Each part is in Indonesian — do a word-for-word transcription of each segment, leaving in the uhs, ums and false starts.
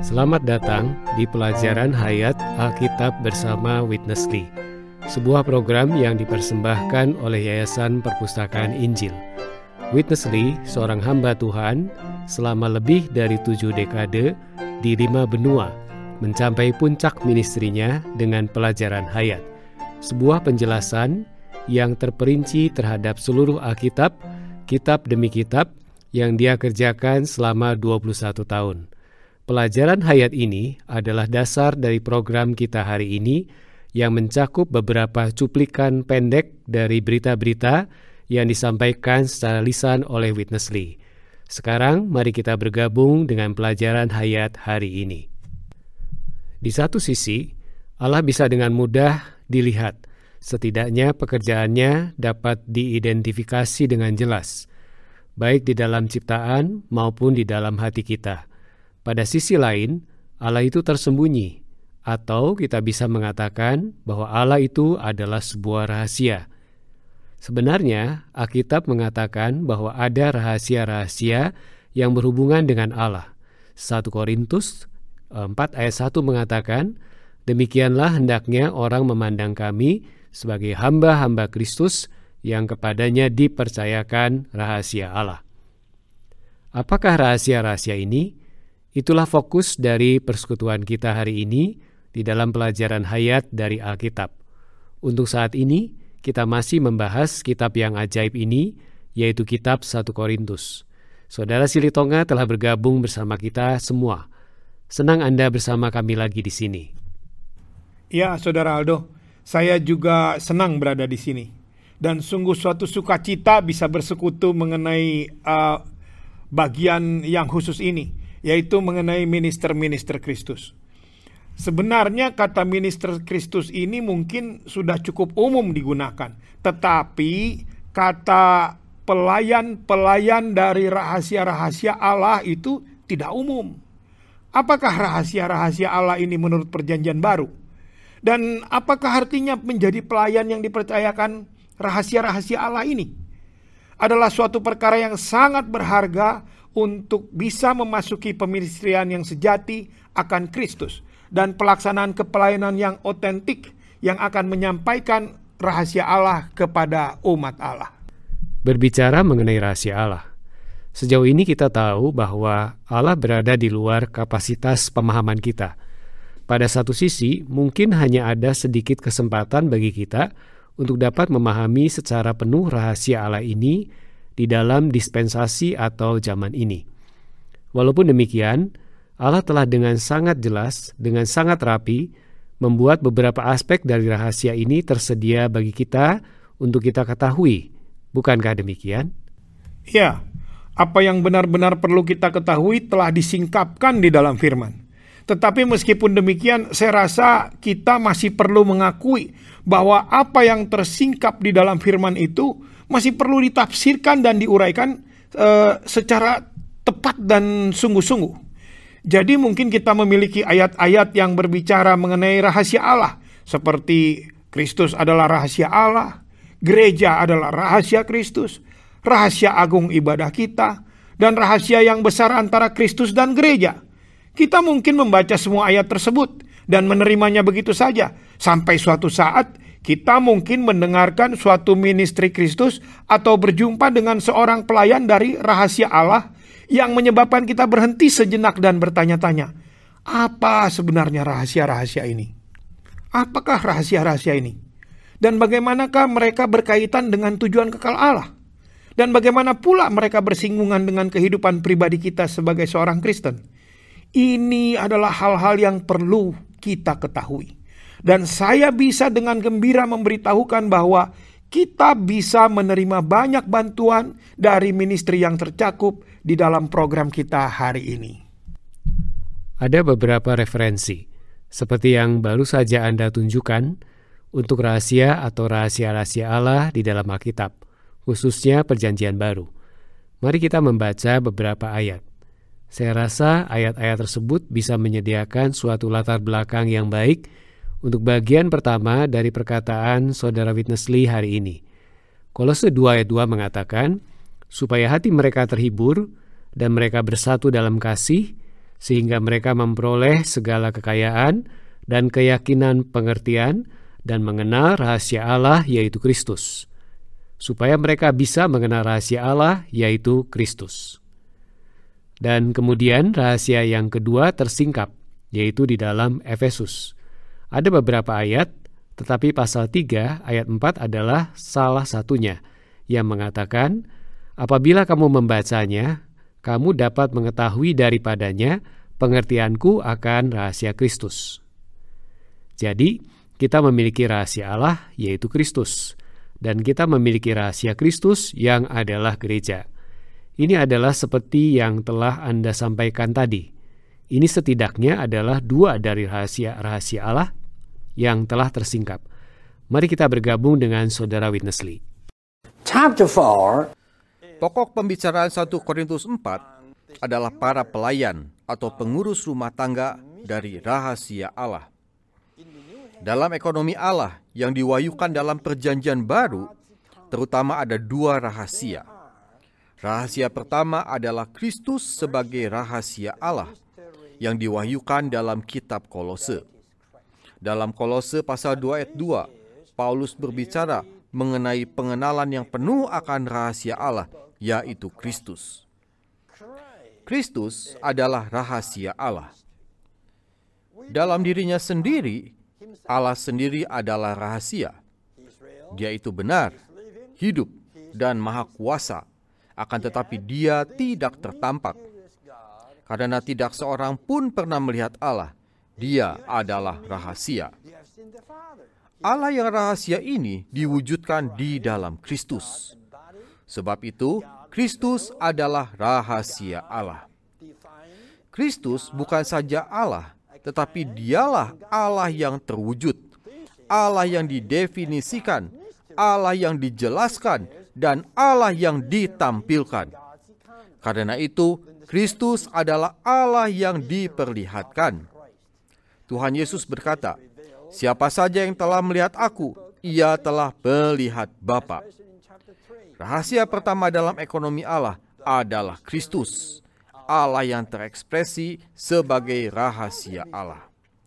Selamat datang di pelajaran Hayat Alkitab bersama Witness Lee, sebuah program yang dipersembahkan oleh Yayasan Perpustakaan Injil. Witness Lee, seorang hamba Tuhan, selama lebih dari tujuh dekade di lima benua, mencapai puncak ministrinya dengan pelajaran Hayat, sebuah penjelasan yang terperinci terhadap seluruh Alkitab, kitab demi kitab, yang dia kerjakan selama dua puluh satu tahun. Pelajaran Hayat ini adalah dasar dari program kita hari ini yang mencakup beberapa cuplikan pendek dari berita-berita yang disampaikan secara lisan oleh Witness Lee. Sekarang mari kita bergabung dengan pelajaran Hayat hari ini. Di satu sisi, Allah bisa dengan mudah dilihat. Setidaknya pekerjaannya dapat diidentifikasi dengan jelas, baik di dalam ciptaan maupun di dalam hati kita. Pada sisi lain, Allah itu tersembunyi, atau kita bisa mengatakan bahwa Allah itu adalah sebuah rahasia. Sebenarnya, Alkitab mengatakan bahwa ada rahasia-rahasia yang berhubungan dengan Allah. satu Korintus empat ayat satu mengatakan, "Demikianlah hendaknya orang memandang kami sebagai hamba-hamba Kristus yang kepadanya dipercayakan rahasia Allah." Apakah rahasia-rahasia ini? Itulah fokus dari persekutuan kita hari ini di dalam pelajaran Hayat dari Alkitab. Untuk saat ini, kita masih membahas kitab yang ajaib ini, yaitu kitab satu Korintus. Saudara Silitonga telah bergabung bersama kita semua. Senang Anda bersama kami lagi di sini. Ya, Saudara Aldo, saya juga senang berada di sini. Dan sungguh suatu sukacita bisa bersekutu mengenai uh, bagian yang khusus ini, yaitu mengenai minister-minister Kristus. Sebenarnya kata minister Kristus ini mungkin sudah cukup umum digunakan, tetapi kata pelayan-pelayan dari rahasia-rahasia Allah itu tidak umum. Apakah rahasia-rahasia Allah ini menurut perjanjian baru? Dan apakah artinya menjadi pelayan yang dipercayakan rahasia-rahasia Allah ini? Adalah suatu perkara yang sangat berharga untuk bisa memasuki peministrian yang sejati akan Kristus dan pelaksanaan kepelayanan yang otentik yang akan menyampaikan rahasia Allah kepada umat Allah. Berbicara mengenai rahasia Allah, sejauh ini kita tahu bahwa Allah berada di luar kapasitas pemahaman kita. Pada satu sisi, mungkin hanya ada sedikit kesempatan bagi kita untuk dapat memahami secara penuh rahasia Allah ini di dalam dispensasi atau zaman ini. Walaupun demikian, Allah telah dengan sangat jelas, dengan sangat rapi, membuat beberapa aspek dari rahasia ini tersedia bagi kita untuk kita ketahui. Bukankah demikian? Ya, apa yang benar-benar perlu kita ketahui telah disingkapkan di dalam firman. Tetapi meskipun demikian, saya rasa kita masih perlu mengakui bahwa apa yang tersingkap di dalam firman itu masih perlu ditafsirkan dan diuraikan uh, secara tepat dan sungguh-sungguh. Jadi mungkin kita memiliki ayat-ayat yang berbicara mengenai rahasia Allah, seperti Kristus adalah rahasia Allah, gereja adalah rahasia Kristus, rahasia agung ibadah kita, dan rahasia yang besar antara Kristus dan gereja. Kita mungkin membaca semua ayat tersebut dan menerimanya begitu saja, sampai suatu saat kita mungkin mendengarkan suatu ministry Kristus atau berjumpa dengan seorang pelayan dari rahasia Allah yang menyebabkan kita berhenti sejenak dan bertanya-tanya, apa sebenarnya rahasia-rahasia ini? Apakah rahasia-rahasia ini? Dan bagaimanakah mereka berkaitan dengan tujuan kekal Allah? Dan bagaimana pula mereka bersinggungan dengan kehidupan pribadi kita sebagai seorang Kristen? Ini adalah hal-hal yang perlu kita ketahui. Dan saya bisa dengan gembira memberitahukan bahwa kita bisa menerima banyak bantuan dari ministry yang tercakup di dalam program kita hari ini. Ada beberapa referensi, seperti yang baru saja Anda tunjukkan, untuk rahasia atau rahasia-rahasia Allah di dalam Alkitab, khususnya Perjanjian Baru. Mari kita membaca beberapa ayat. Saya rasa ayat-ayat tersebut bisa menyediakan suatu latar belakang yang baik untuk bagian pertama dari perkataan Saudara Witness Lee hari ini. Kolose dua ayat dua mengatakan, supaya hati mereka terhibur dan mereka bersatu dalam kasih, sehingga mereka memperoleh segala kekayaan dan keyakinan pengertian dan mengenal rahasia Allah yaitu Kristus, supaya mereka bisa mengenal rahasia Allah yaitu Kristus. Dan kemudian rahasia yang kedua tersingkap, yaitu di dalam Efesus. Ada beberapa ayat, tetapi pasal tiga ayat empat adalah salah satunya, yang mengatakan, apabila kamu membacanya, kamu dapat mengetahui daripadanya pengertianku akan rahasia Kristus. Jadi, kita memiliki rahasia Allah, yaitu Kristus, dan kita memiliki rahasia Kristus yang adalah gereja. Ini adalah seperti yang telah Anda sampaikan tadi. Ini setidaknya adalah dua dari rahasia-rahasia Allah yang telah tersingkap. Mari kita bergabung dengan Saudara Witness Lee. Chapter four. Pokok pembicaraan satu Korintus empat adalah para pelayan atau pengurus rumah tangga dari rahasia Allah. Dalam ekonomi Allah yang diwahyukan dalam perjanjian baru, terutama ada dua rahasia. Rahasia pertama adalah Kristus sebagai rahasia Allah yang diwahyukan dalam kitab Kolose. Dalam Kolose pasal dua ayat dua, Paulus berbicara mengenai pengenalan yang penuh akan rahasia Allah, yaitu Kristus. Kristus adalah rahasia Allah. Dalam dirinya sendiri, Allah sendiri adalah rahasia. Dia itu benar, hidup, dan maha kuasa. Akan tetapi dia tidak tertampak. Karena tidak seorang pun pernah melihat Allah, dia adalah rahasia. Allah yang rahasia ini diwujudkan di dalam Kristus. Sebab itu, Kristus adalah rahasia Allah. Kristus bukan saja Allah, tetapi dialah Allah yang terwujud, Allah yang didefinisikan, Allah yang dijelaskan, dan Allah yang ditampilkan. Karena itu, Kristus adalah Allah yang diperlihatkan. Tuhan Yesus berkata, siapa saja yang telah melihat aku, ia telah melihat Bapa. Rahasia pertama dalam ekonomi Allah adalah Kristus, Allah yang terekspresi sebagai rahasia Allah.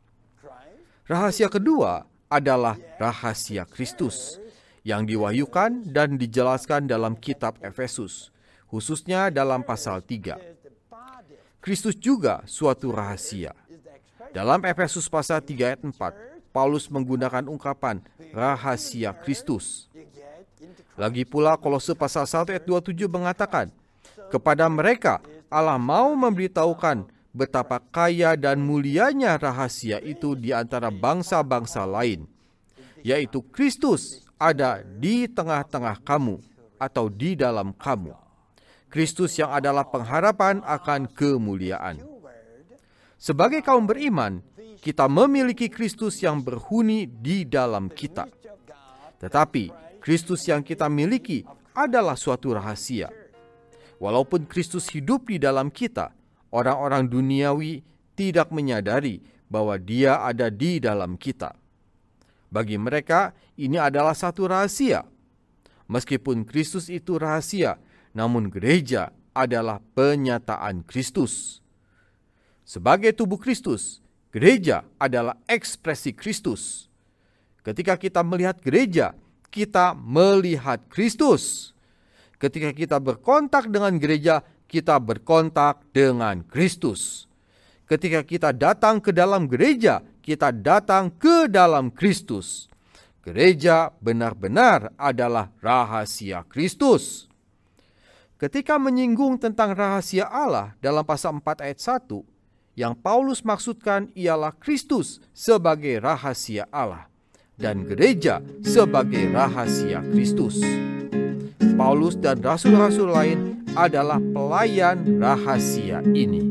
Rahasia kedua adalah rahasia Kristus, yang diwahyukan dan dijelaskan dalam kitab Efesus, khususnya dalam pasal tiga. Kristus juga suatu rahasia. Dalam Efesus pasal tiga ayat empat, Paulus menggunakan ungkapan rahasia Kristus. Lagi pula Kolose pasal satu ayat dua puluh tujuh mengatakan, kepada mereka Allah mau memberitahukan betapa kaya dan mulianya rahasia itu di antara bangsa-bangsa lain, yaitu Kristus ada di tengah-tengah kamu atau di dalam kamu. Kristus yang adalah pengharapan akan kemuliaan. Sebagai kaum beriman, kita memiliki Kristus yang berhuni di dalam kita. Tetapi Kristus yang kita miliki adalah suatu rahasia. Walaupun Kristus hidup di dalam kita, orang-orang duniawi tidak menyadari bahwa Dia ada di dalam kita. Bagi mereka, ini adalah satu rahasia. Meskipun Kristus itu rahasia, namun gereja adalah penyataan Kristus. Sebagai tubuh Kristus, gereja adalah ekspresi Kristus. Ketika kita melihat gereja, kita melihat Kristus. Ketika kita berkontak dengan gereja, kita berkontak dengan Kristus. Ketika kita datang ke dalam gereja, kita datang ke dalam Kristus. Gereja benar-benar adalah rahasia Kristus. Ketika menyinggung tentang rahasia Allah dalam pasal empat ayat satu, yang Paulus maksudkan ialah Kristus sebagai rahasia Allah dan gereja sebagai rahasia Kristus. Paulus dan rasul-rasul lain adalah pelayan rahasia ini.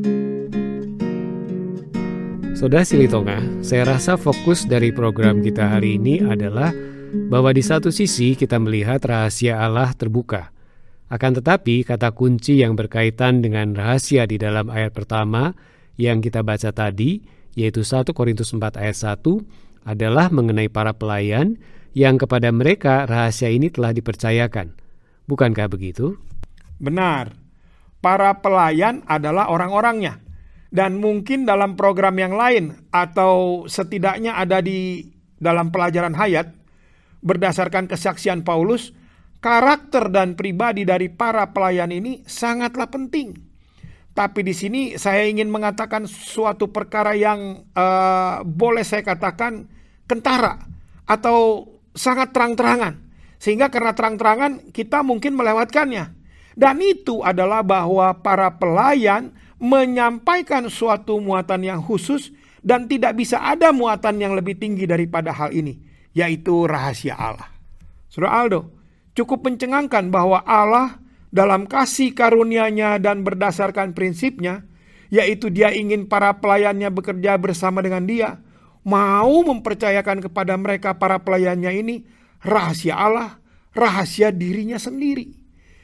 Saudara Silitonga, saya rasa fokus dari program kita hari ini adalah bahwa di satu sisi kita melihat rahasia Allah terbuka. Akan tetapi kata kunci yang berkaitan dengan rahasia di dalam ayat pertama yang kita baca tadi, yaitu satu Korintus empat ayat satu, adalah mengenai para pelayan yang kepada mereka rahasia ini telah dipercayakan. Bukankah begitu? Benar. Para pelayan adalah orang-orangnya. Dan mungkin dalam program yang lain atau setidaknya ada di dalam pelajaran hayat, berdasarkan kesaksian Paulus, karakter dan pribadi dari para pelayan ini sangatlah penting. Tapi di sini saya ingin mengatakan suatu perkara yang uh, boleh saya katakan kentara atau sangat terang-terangan. Sehingga karena terang-terangan kita mungkin melewatkannya. Dan itu adalah bahwa para pelayan menyampaikan suatu muatan yang khusus dan tidak bisa ada muatan yang lebih tinggi daripada hal ini, yaitu rahasia Allah. Saudara Aldo, cukup mencengangkan bahwa Allah dalam kasih karunia-Nya dan berdasarkan prinsipnya, yaitu Dia ingin para pelayannya bekerja bersama dengan Dia, mau mempercayakan kepada mereka para pelayannya ini rahasia Allah, rahasia dirinya sendiri.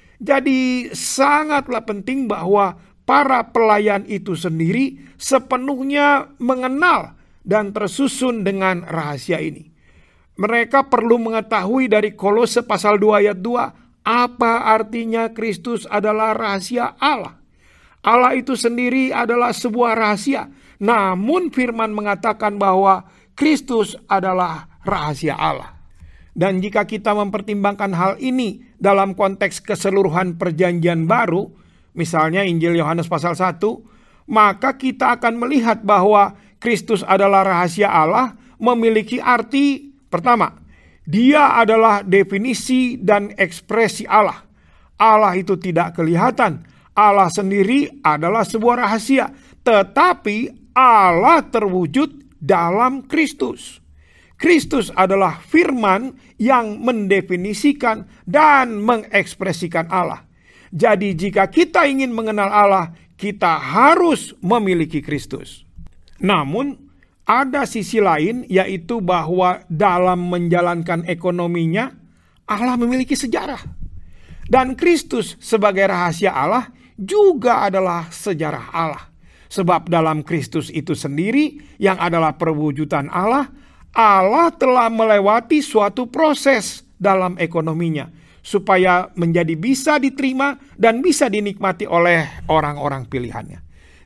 Jadi sangatlah penting bahwa para pelayan itu sendiri sepenuhnya mengenal dan tersusun dengan rahasia ini. Mereka perlu mengetahui dari Kolose pasal dua ayat dua, apa artinya Kristus adalah rahasia Allah. Allah itu sendiri adalah sebuah rahasia. Namun firman mengatakan bahwa Kristus adalah rahasia Allah. Dan jika kita mempertimbangkan hal ini dalam konteks keseluruhan perjanjian baru, misalnya Injil Yohanes pasal satu, maka kita akan melihat bahwa Kristus adalah rahasia Allah memiliki arti pertama, Dia adalah definisi dan ekspresi Allah. Allah itu tidak kelihatan. Allah sendiri adalah sebuah rahasia, tetapi Allah terwujud dalam Kristus. Kristus adalah firman yang mendefinisikan dan mengekspresikan Allah. Jadi jika kita ingin mengenal Allah, kita harus memiliki Kristus. Namun ada sisi lain, yaitu bahwa dalam menjalankan ekonominya, Allah memiliki sejarah. Dan Kristus sebagai rahasia Allah juga adalah sejarah Allah. Sebab dalam Kristus itu sendiri yang adalah perwujudan Allah, Allah telah melewati suatu proses dalam ekonominya, supaya menjadi bisa diterima dan bisa dinikmati oleh orang-orang pilihannya.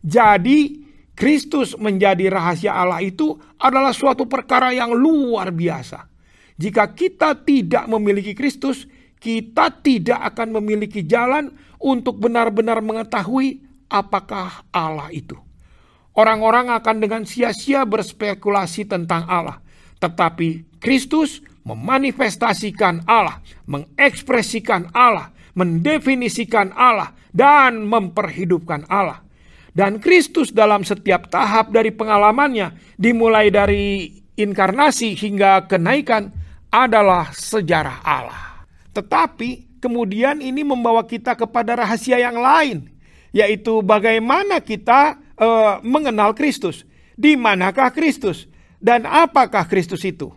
Jadi Kristus menjadi rahasia Allah itu adalah suatu perkara yang luar biasa. Jika kita tidak memiliki Kristus, kita tidak akan memiliki jalan untuk benar-benar mengetahui apakah Allah itu. Orang-orang akan dengan sia-sia berspekulasi tentang Allah. Tetapi Kristus memanifestasikan Allah, mengekspresikan Allah, mendefinisikan Allah, dan memperhidupkan Allah. Dan Kristus dalam setiap tahap dari pengalamannya, dimulai dari inkarnasi hingga kenaikan, adalah sejarah Allah. Tetapi kemudian ini membawa kita kepada rahasia yang lain, yaitu bagaimana kita uh, mengenal Kristus. Di manakah Kristus? Dan apakah Kristus itu?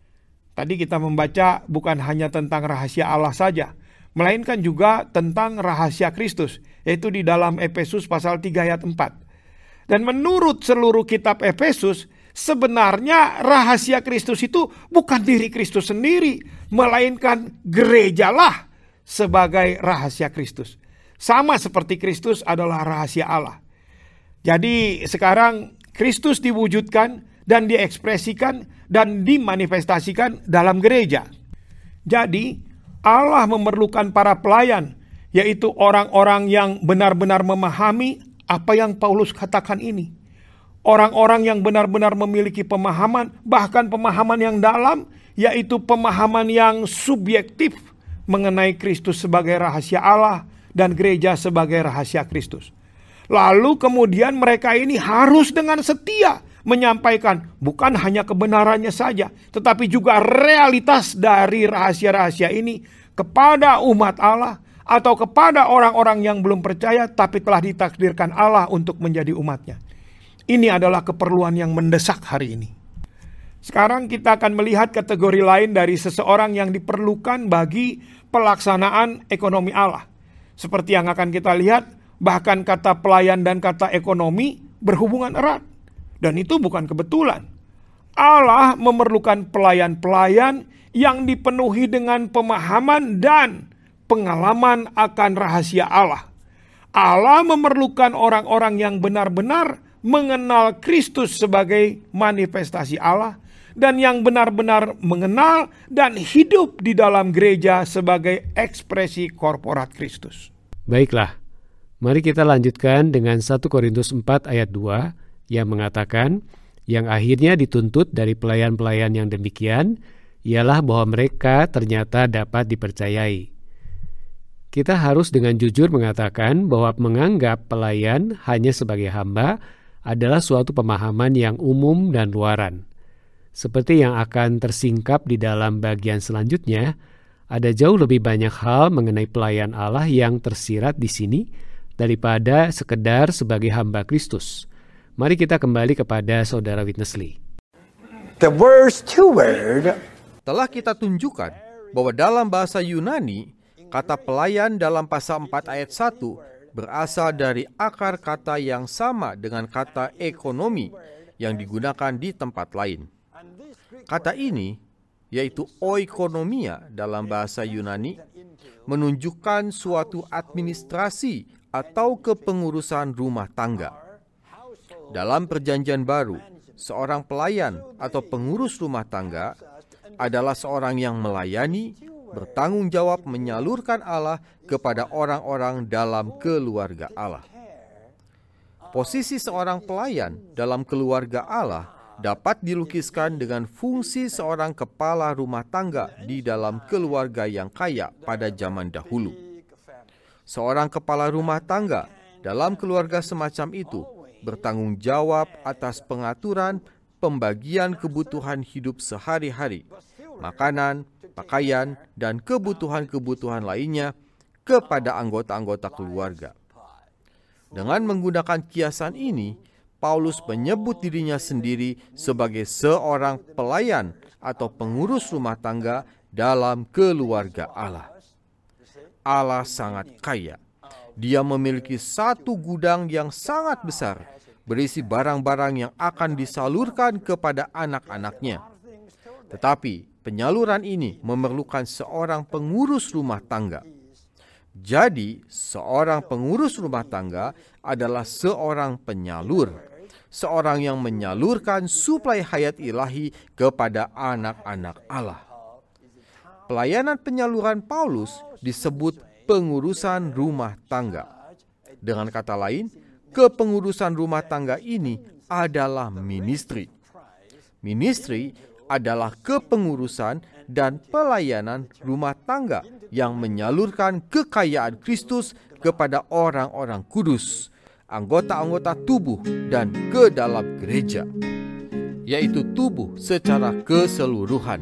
Tadi kita membaca bukan hanya tentang rahasia Allah saja, melainkan juga tentang rahasia Kristus, yaitu di dalam Efesus pasal tiga ayat empat. Dan menurut seluruh kitab Efesus, sebenarnya rahasia Kristus itu bukan diri Kristus sendiri, melainkan gerejalah sebagai rahasia Kristus. Sama seperti Kristus adalah rahasia Allah. Jadi sekarang Kristus diwujudkan dan diekspresikan dan dimanifestasikan dalam gereja. Jadi Allah memerlukan para pelayan, yaitu orang-orang yang benar-benar memahami apa yang Paulus katakan ini. Orang-orang yang benar-benar memiliki pemahaman, bahkan pemahaman yang dalam, yaitu pemahaman yang subjektif mengenai Kristus sebagai rahasia Allah dan gereja sebagai rahasia Kristus. Lalu kemudian mereka ini harus dengan setia menyampaikan bukan hanya kebenarannya saja, tetapi juga realitas dari rahasia-rahasia ini kepada umat Allah atau kepada orang-orang yang belum percaya tapi telah ditakdirkan Allah untuk menjadi umatnya. Ini adalah keperluan yang mendesak hari ini. Sekarang kita akan melihat kategori lain dari seseorang yang diperlukan bagi pelaksanaan ekonomi Allah. Seperti yang akan kita lihat, bahkan kata pelayan dan kata ekonomi berhubungan erat. Dan itu bukan kebetulan. Allah memerlukan pelayan-pelayan yang dipenuhi dengan pemahaman dan pengalaman akan rahasia Allah. Allah memerlukan orang-orang yang benar-benar mengenal Kristus sebagai manifestasi Allah, dan yang benar-benar mengenal dan hidup di dalam gereja sebagai ekspresi korporat Kristus. Baiklah, mari kita lanjutkan dengan satu Korintus empat ayat dua yang mengatakan, yang akhirnya dituntut dari pelayan-pelayan yang demikian ialah bahwa mereka ternyata dapat dipercayai. Kita harus dengan jujur mengatakan bahwa menganggap pelayan hanya sebagai hamba adalah suatu pemahaman yang umum dan luaran. Seperti yang akan tersingkap di dalam bagian selanjutnya, ada jauh lebih banyak hal mengenai pelayan Allah yang tersirat di sini daripada sekedar sebagai hamba Kristus. Mari kita kembali kepada saudara Witness Lee. The verse two word Telah kita tunjukkan bahwa dalam bahasa Yunani, kata pelayan dalam pasal empat ayat satu berasal dari akar kata yang sama dengan kata ekonomi yang digunakan di tempat lain. Kata ini, yaitu oikonomia dalam bahasa Yunani, menunjukkan suatu administrasi atau kepengurusan rumah tangga. Dalam Perjanjian Baru, seorang pelayan atau pengurus rumah tangga adalah seorang yang melayani, bertanggung jawab menyalurkan Allah kepada orang-orang dalam keluarga Allah. Posisi seorang pelayan dalam keluarga Allah dapat dilukiskan dengan fungsi seorang kepala rumah tangga di dalam keluarga yang kaya pada zaman dahulu. Seorang kepala rumah tangga dalam keluarga semacam itu bertanggung jawab atas pengaturan, pembagian kebutuhan hidup sehari-hari, makanan, pakaian, dan kebutuhan-kebutuhan lainnya kepada anggota-anggota keluarga. Dengan menggunakan kiasan ini, Paulus menyebut dirinya sendiri sebagai seorang pelayan atau pengurus rumah tangga dalam keluarga Allah. Allah sangat kaya. Dia memiliki satu gudang yang sangat besar, berisi barang-barang yang akan disalurkan kepada anak-anaknya. Tetapi penyaluran ini memerlukan seorang pengurus rumah tangga. Jadi, seorang pengurus rumah tangga adalah seorang penyalur, seorang yang menyalurkan suplai hayat ilahi kepada anak-anak Allah. Pelayanan penyaluran Paulus disebut pengurusan rumah tangga. Dengan kata lain, kepengurusan rumah tangga ini adalah ministry. Ministry adalah kepengurusan dan pelayanan rumah tangga yang menyalurkan kekayaan Kristus kepada orang-orang kudus, anggota-anggota tubuh dan ke dalam gereja, yaitu tubuh secara keseluruhan.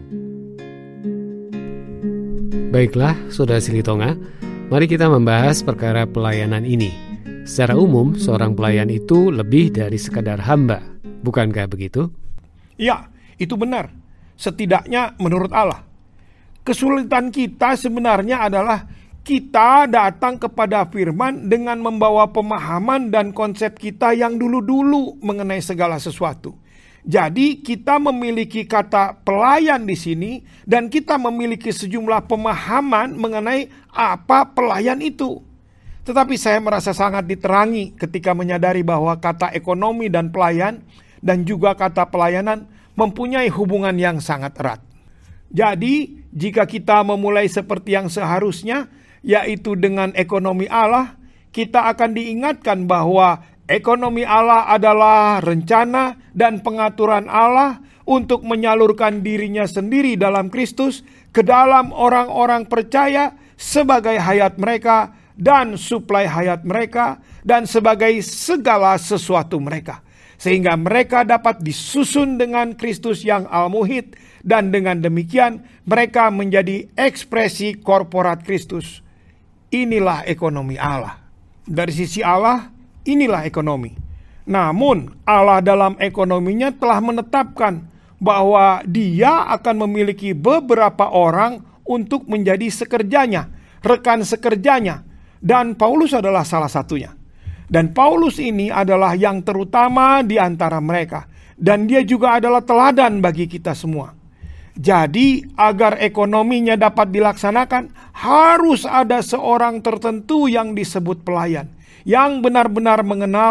Baiklah, Saudara Silitonga, mari kita membahas perkara pelayanan ini. Secara umum, seorang pelayan itu lebih dari sekadar hamba, bukankah begitu? Ya, itu benar. Setidaknya menurut Allah. Kesulitan kita sebenarnya adalah kita datang kepada firman dengan membawa pemahaman dan konsep kita yang dulu-dulu mengenai segala sesuatu. Jadi kita memiliki kata pelayan di sini dan kita memiliki sejumlah pemahaman mengenai apa pelayan itu. Tetapi saya merasa sangat diterangi ketika menyadari bahwa kata ekonomi dan pelayan dan juga kata pelayanan mempunyai hubungan yang sangat erat. Jadi, jika kita memulai seperti yang seharusnya, yaitu dengan ekonomi Allah, kita akan diingatkan bahwa ekonomi Allah adalah rencana dan pengaturan Allah untuk menyalurkan dirinya sendiri dalam Kristus ke dalam orang-orang percaya sebagai hayat mereka dan suplai hayat mereka dan sebagai segala sesuatu mereka. Sehingga mereka dapat disusun dengan Kristus yang al-muhid, dan dengan demikian mereka menjadi ekspresi korporat Kristus. Inilah ekonomi Allah. Dari sisi Allah, inilah ekonomi. Namun Allah dalam ekonominya telah menetapkan bahwa Dia akan memiliki beberapa orang untuk menjadi sekerjanya, rekan sekerjanya, dan Paulus adalah salah satunya. Dan Paulus ini adalah yang terutama di antara mereka. Dan dia juga adalah teladan bagi kita semua. Jadi agar ekonominya dapat dilaksanakan, harus ada seorang tertentu yang disebut pelayan, yang benar-benar mengenal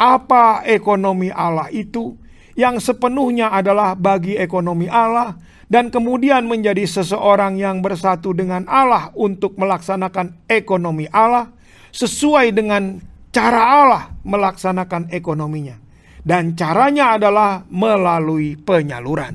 apa ekonomi Allah itu, yang sepenuhnya adalah bagi ekonomi Allah, dan kemudian menjadi seseorang yang bersatu dengan Allah untuk melaksanakan ekonomi Allah, sesuai dengan cara Allah melaksanakan ekonominya. Dan caranya adalah melalui penyaluran.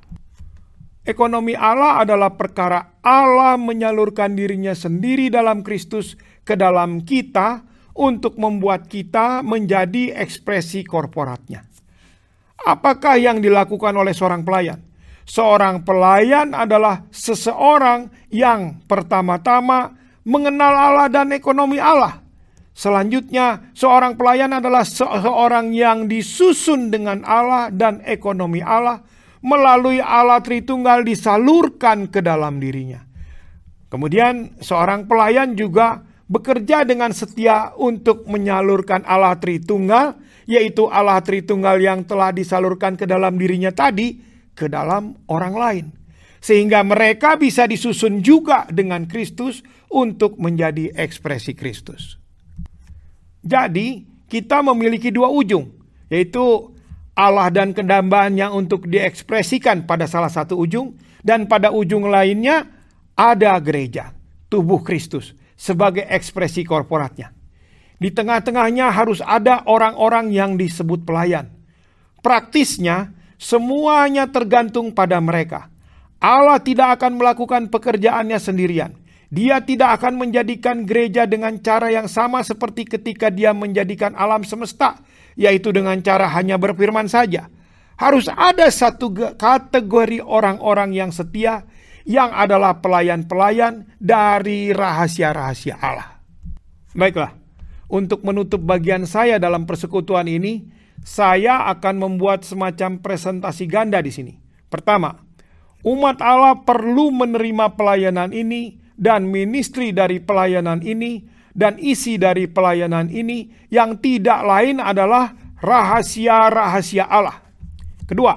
Ekonomi Allah adalah perkara Allah menyalurkan dirinya sendiri dalam Kristus ke dalam kita untuk membuat kita menjadi ekspresi korporatnya. Apakah yang dilakukan oleh seorang pelayan? Seorang pelayan adalah seseorang yang pertama-tama mengenal Allah dan ekonomi Allah. Selanjutnya, seorang pelayan adalah seseorang yang disusun dengan Allah dan ekonomi Allah, melalui Allah Tritunggal disalurkan ke dalam dirinya. Kemudian seorang pelayan juga bekerja dengan setia untuk menyalurkan Allah Tritunggal, yaitu Allah Tritunggal yang telah disalurkan ke dalam dirinya tadi, ke dalam orang lain. Sehingga mereka bisa disusun juga dengan Kristus untuk menjadi ekspresi Kristus. Jadi kita memiliki dua ujung, yaitu Allah dan kedambaannya untuk diekspresikan pada salah satu ujung, dan pada ujung lainnya ada gereja, tubuh Kristus, sebagai ekspresi korporatnya. Di tengah-tengahnya harus ada orang-orang yang disebut pelayan. Praktisnya, semuanya tergantung pada mereka. Allah tidak akan melakukan pekerjaannya sendirian. Dia tidak akan menjadikan gereja dengan cara yang sama seperti ketika dia menjadikan alam semesta, yaitu dengan cara hanya berfirman saja. Harus ada satu kategori orang-orang yang setia, yang adalah pelayan-pelayan dari rahasia-rahasia Allah. Baiklah, untuk menutup bagian saya dalam persekutuan ini, saya akan membuat semacam presentasi ganda di sini. Pertama, umat Allah perlu menerima pelayanan ini dan ministry dari pelayanan ini, dan isi dari pelayanan ini yang tidak lain adalah rahasia-rahasia Allah. Kedua,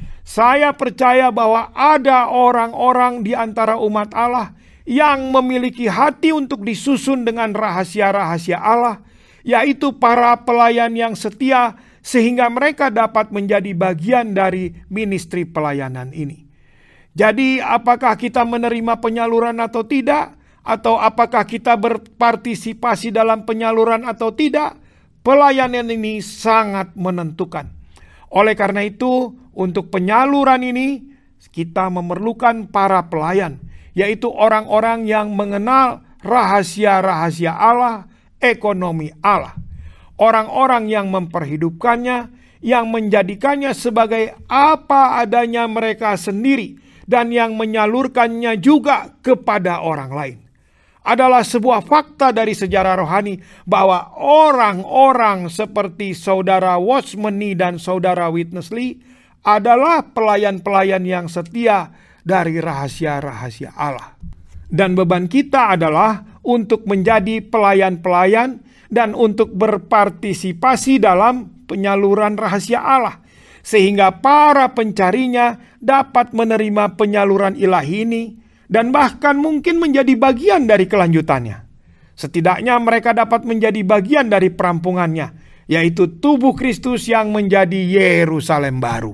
saya percaya bahwa ada orang-orang di antara umat Allah yang memiliki hati untuk disusun dengan rahasia-rahasia Allah, yaitu para pelayan yang setia, sehingga mereka dapat menjadi bagian dari ministry pelayanan ini. Jadi apakah kita menerima penyaluran atau tidak? Atau apakah kita berpartisipasi dalam penyaluran atau tidak? Pelayanan ini sangat menentukan. Oleh karena itu, untuk penyaluran ini, kita memerlukan para pelayan, yaitu orang-orang yang mengenal rahasia-rahasia Allah, ekonomi Allah. Orang-orang yang memperhidupkannya, yang menjadikannya sebagai apa adanya mereka sendiri, dan yang menyalurkannya juga kepada orang lain. Adalah sebuah fakta dari sejarah rohani bahwa orang-orang seperti saudara Watchmeni dan saudara Witness Lee adalah pelayan-pelayan yang setia dari rahasia-rahasia Allah. Dan beban kita adalah untuk menjadi pelayan-pelayan dan untuk berpartisipasi dalam penyaluran rahasia Allah, sehingga para pencarinya dapat menerima penyaluran ilahi ini dan bahkan mungkin menjadi bagian dari kelanjutannya. Setidaknya mereka dapat menjadi bagian dari perampungannya, yaitu tubuh Kristus yang menjadi Yerusalem baru.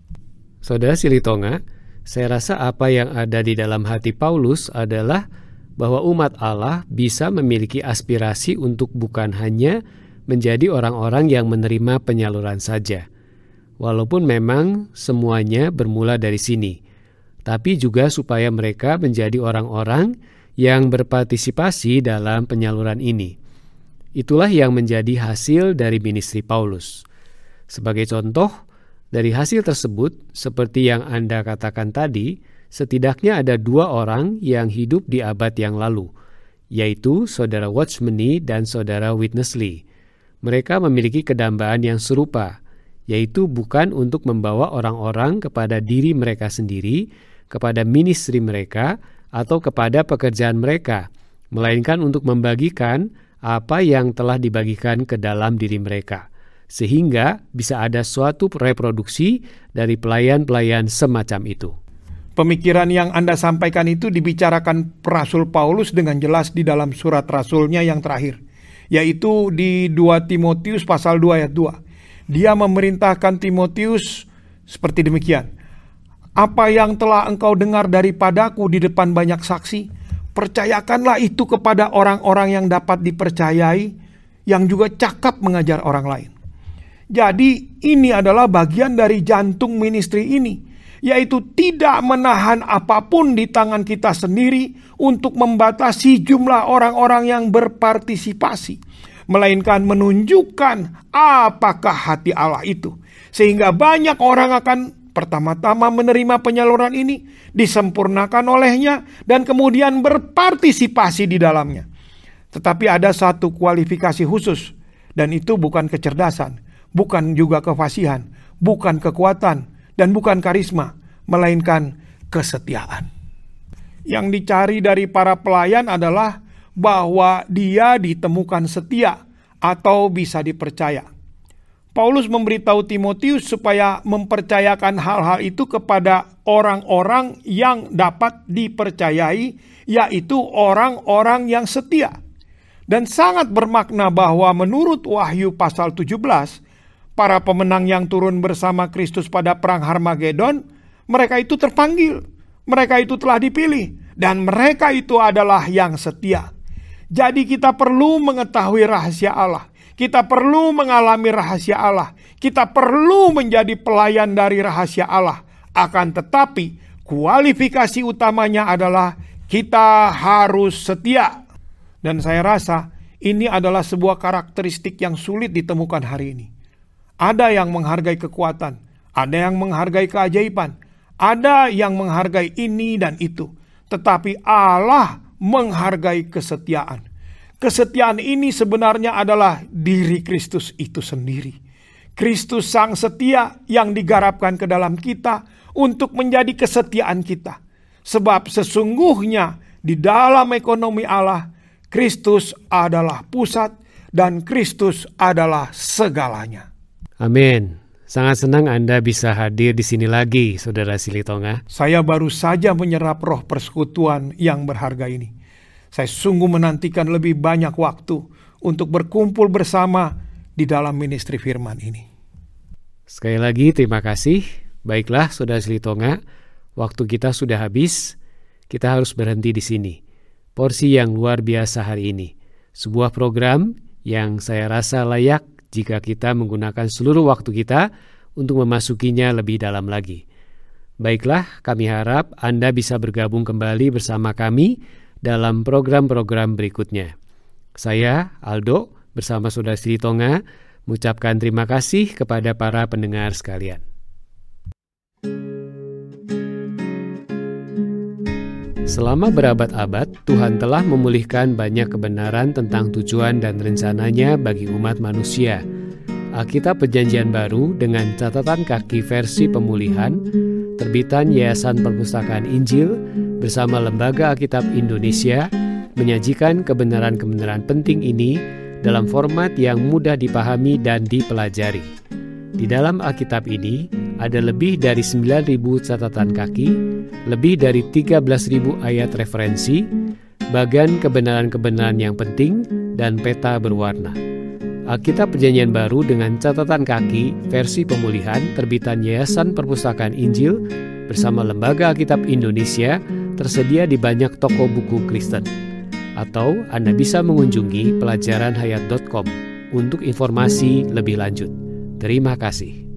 Saudara Silitonga, saya rasa apa yang ada di dalam hati Paulus adalah bahwa umat Allah bisa memiliki aspirasi untuk bukan hanya menjadi orang-orang yang menerima penyaluran saja, walaupun memang semuanya bermula dari sini, tapi juga supaya mereka menjadi orang-orang yang berpartisipasi dalam penyaluran ini. Itulah yang menjadi hasil dari ministry Paulus. Sebagai contoh, dari hasil tersebut, seperti yang Anda katakan tadi, setidaknya ada dua orang yang hidup di abad yang lalu, yaitu saudara Watchmeni dan saudara Witness Lee. Mereka memiliki kedambaan yang serupa, yaitu bukan untuk membawa orang-orang kepada diri mereka sendiri, kepada ministry mereka, atau kepada pekerjaan mereka, melainkan untuk membagikan apa yang telah dibagikan ke dalam diri mereka, sehingga bisa ada suatu reproduksi dari pelayan-pelayan semacam itu. Pemikiran yang Anda sampaikan itu dibicarakan Rasul Paulus dengan jelas di dalam surat Rasulnya yang terakhir, yaitu di dua Timotius pasal dua ayat dua. Dia memerintahkan Timotius seperti demikian. Apa yang telah engkau dengar daripadaku di depan banyak saksi, percayakanlah itu kepada orang-orang yang dapat dipercayai, yang juga cakap mengajar orang lain. Jadi ini adalah bagian dari jantung ministry ini, yaitu tidak menahan apapun di tangan kita sendiri untuk membatasi jumlah orang-orang yang berpartisipasi, melainkan menunjukkan apakah hati Allah itu. Sehingga banyak orang akan pertama-tama menerima penyaluran ini, disempurnakan olehnya, dan kemudian berpartisipasi di dalamnya. Tetapi ada satu kualifikasi khusus, dan itu bukan kecerdasan, bukan juga kefasihan, bukan kekuatan, dan bukan karisma, melainkan kesetiaan. Yang dicari dari para pelayan adalah bahwa dia ditemukan setia atau bisa dipercaya. Paulus memberitahu Timotius supaya mempercayakan hal-hal itu kepada orang-orang yang dapat dipercayai, yaitu orang-orang yang setia. Dan sangat bermakna bahwa menurut Wahyu pasal tujuh belas, para pemenang yang turun bersama Kristus pada perang Harmagedon, mereka itu terpanggil, mereka itu telah dipilih, dan mereka itu adalah yang setia. Jadi kita perlu mengetahui rahasia Allah. Kita perlu mengalami rahasia Allah. Kita perlu menjadi pelayan dari rahasia Allah. Akan tetapi, kualifikasi utamanya adalah kita harus setia. Dan saya rasa ini adalah sebuah karakteristik yang sulit ditemukan hari ini. Ada yang menghargai kekuatan, ada yang menghargai keajaiban, ada yang menghargai ini dan itu. Tetapi Allah menghargai kesetiaan. Kesetiaan ini sebenarnya adalah diri Kristus itu sendiri. Kristus sang setia yang digarapkan ke dalam kita untuk menjadi kesetiaan kita. Sebab sesungguhnya di dalam ekonomi Allah, Kristus adalah pusat dan Kristus adalah segalanya. Amin. Sangat senang Anda bisa hadir di sini lagi, Saudara Silitonga. Saya baru saja menyerap roh persekutuan yang berharga ini. Saya sungguh menantikan lebih banyak waktu untuk berkumpul bersama di dalam ministry firman ini. Sekali lagi terima kasih. Baiklah Saudara Silitonga, waktu kita sudah habis. Kita harus berhenti di sini. Porsi yang luar biasa hari ini. Sebuah program yang saya rasa layak jika kita menggunakan seluruh waktu kita untuk memasukinya lebih dalam lagi. Baiklah, kami harap Anda bisa bergabung kembali bersama kami dalam program-program berikutnya. Saya, Aldo, bersama Saudara Silitonga, mengucapkan terima kasih kepada para pendengar sekalian. Selama berabad-abad, Tuhan telah memulihkan banyak kebenaran tentang tujuan dan rencananya bagi umat manusia. Alkitab Perjanjian Baru dengan catatan kaki versi pemulihan, terbitan Yayasan Perpustakaan Injil bersama Lembaga Alkitab Indonesia menyajikan kebenaran-kebenaran penting ini dalam format yang mudah dipahami dan dipelajari. Di dalam Alkitab ini ada lebih dari sembilan ribu catatan kaki, lebih dari tiga belas ribu ayat referensi, bagan kebenaran-kebenaran yang penting, dan peta berwarna. Alkitab Perjanjian Baru dengan catatan kaki versi pemulihan terbitan Yayasan Perpustakaan Injil bersama Lembaga Alkitab Indonesia tersedia di banyak toko buku Kristen. Atau Anda bisa mengunjungi pelajaran hayat dot com untuk informasi lebih lanjut. Terima kasih.